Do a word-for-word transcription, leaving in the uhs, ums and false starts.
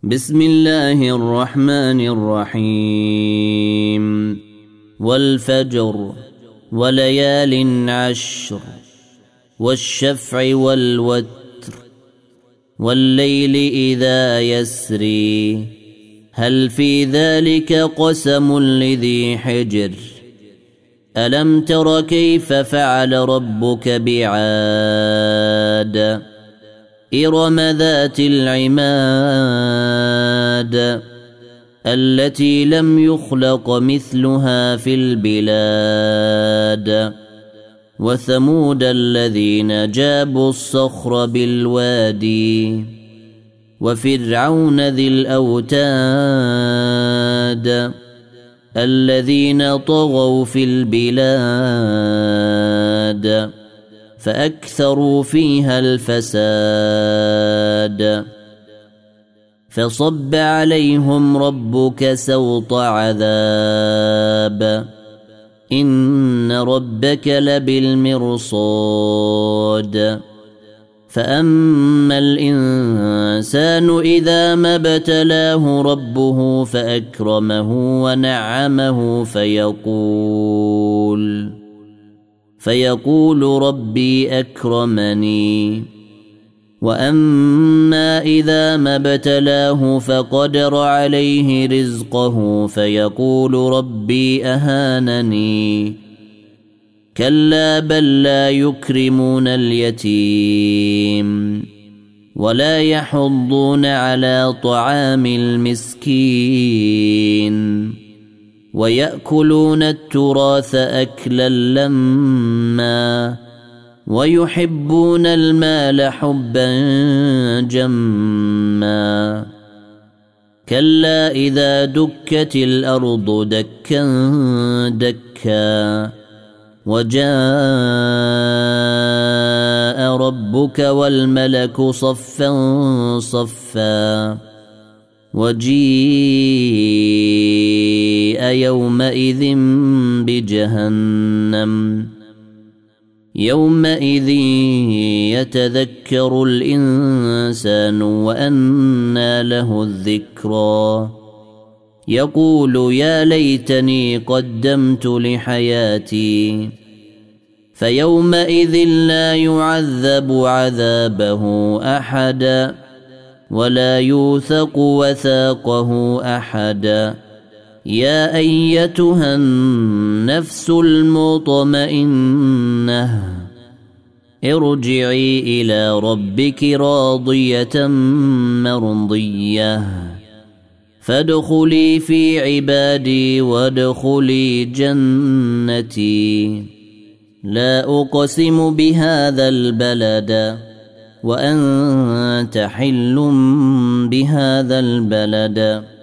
بسم الله الرحمن الرحيم والفجر وليال عشر والشفع والوتر والليل إذا يسري هل في ذلك قسم لذي حجر ألم تر كيف فعل ربك بعاد إرم ذات العماد التي لم يخلق مثلها في البلاد وثمود الذين جابوا الصخر بالوادي وفرعون ذي الأوتاد الذين طغوا في البلاد فأكثروا فيها الفساد فصب عليهم ربك سوط عذاب إن ربك لبالمرصاد فأما الإنسان إذا ما ابتلاه ربه فأكرمه ونعمه فيقول فيقول ربي أكرمني وأما إذا ما ابتلاه فقدر عليه رزقه فيقول ربي أهانني كلا بل لا يكرمون اليتيم ولا يحضون على طعام المسكين ويأكلون التراث أكلا لما ويحبون المال حبا جما كلا إذا دكت الأرض دكا دكا وجاء ربك والملك صفا صفا وجيء يومئذ بجهنم يومئذ يتذكر الإنسان وأنى له الذكرى يقول يا ليتني قدمت لحياتي فيومئذ لا يعذب عذابه أحد ولا يوثق وثاقه أحد يا أيتها النفس المطمئنة ارجعي إلى ربك راضية مرضية فادخلي في عبادي وادخلي جنتي لا أقسم بهذا البلد وأنت حل بهذا البلد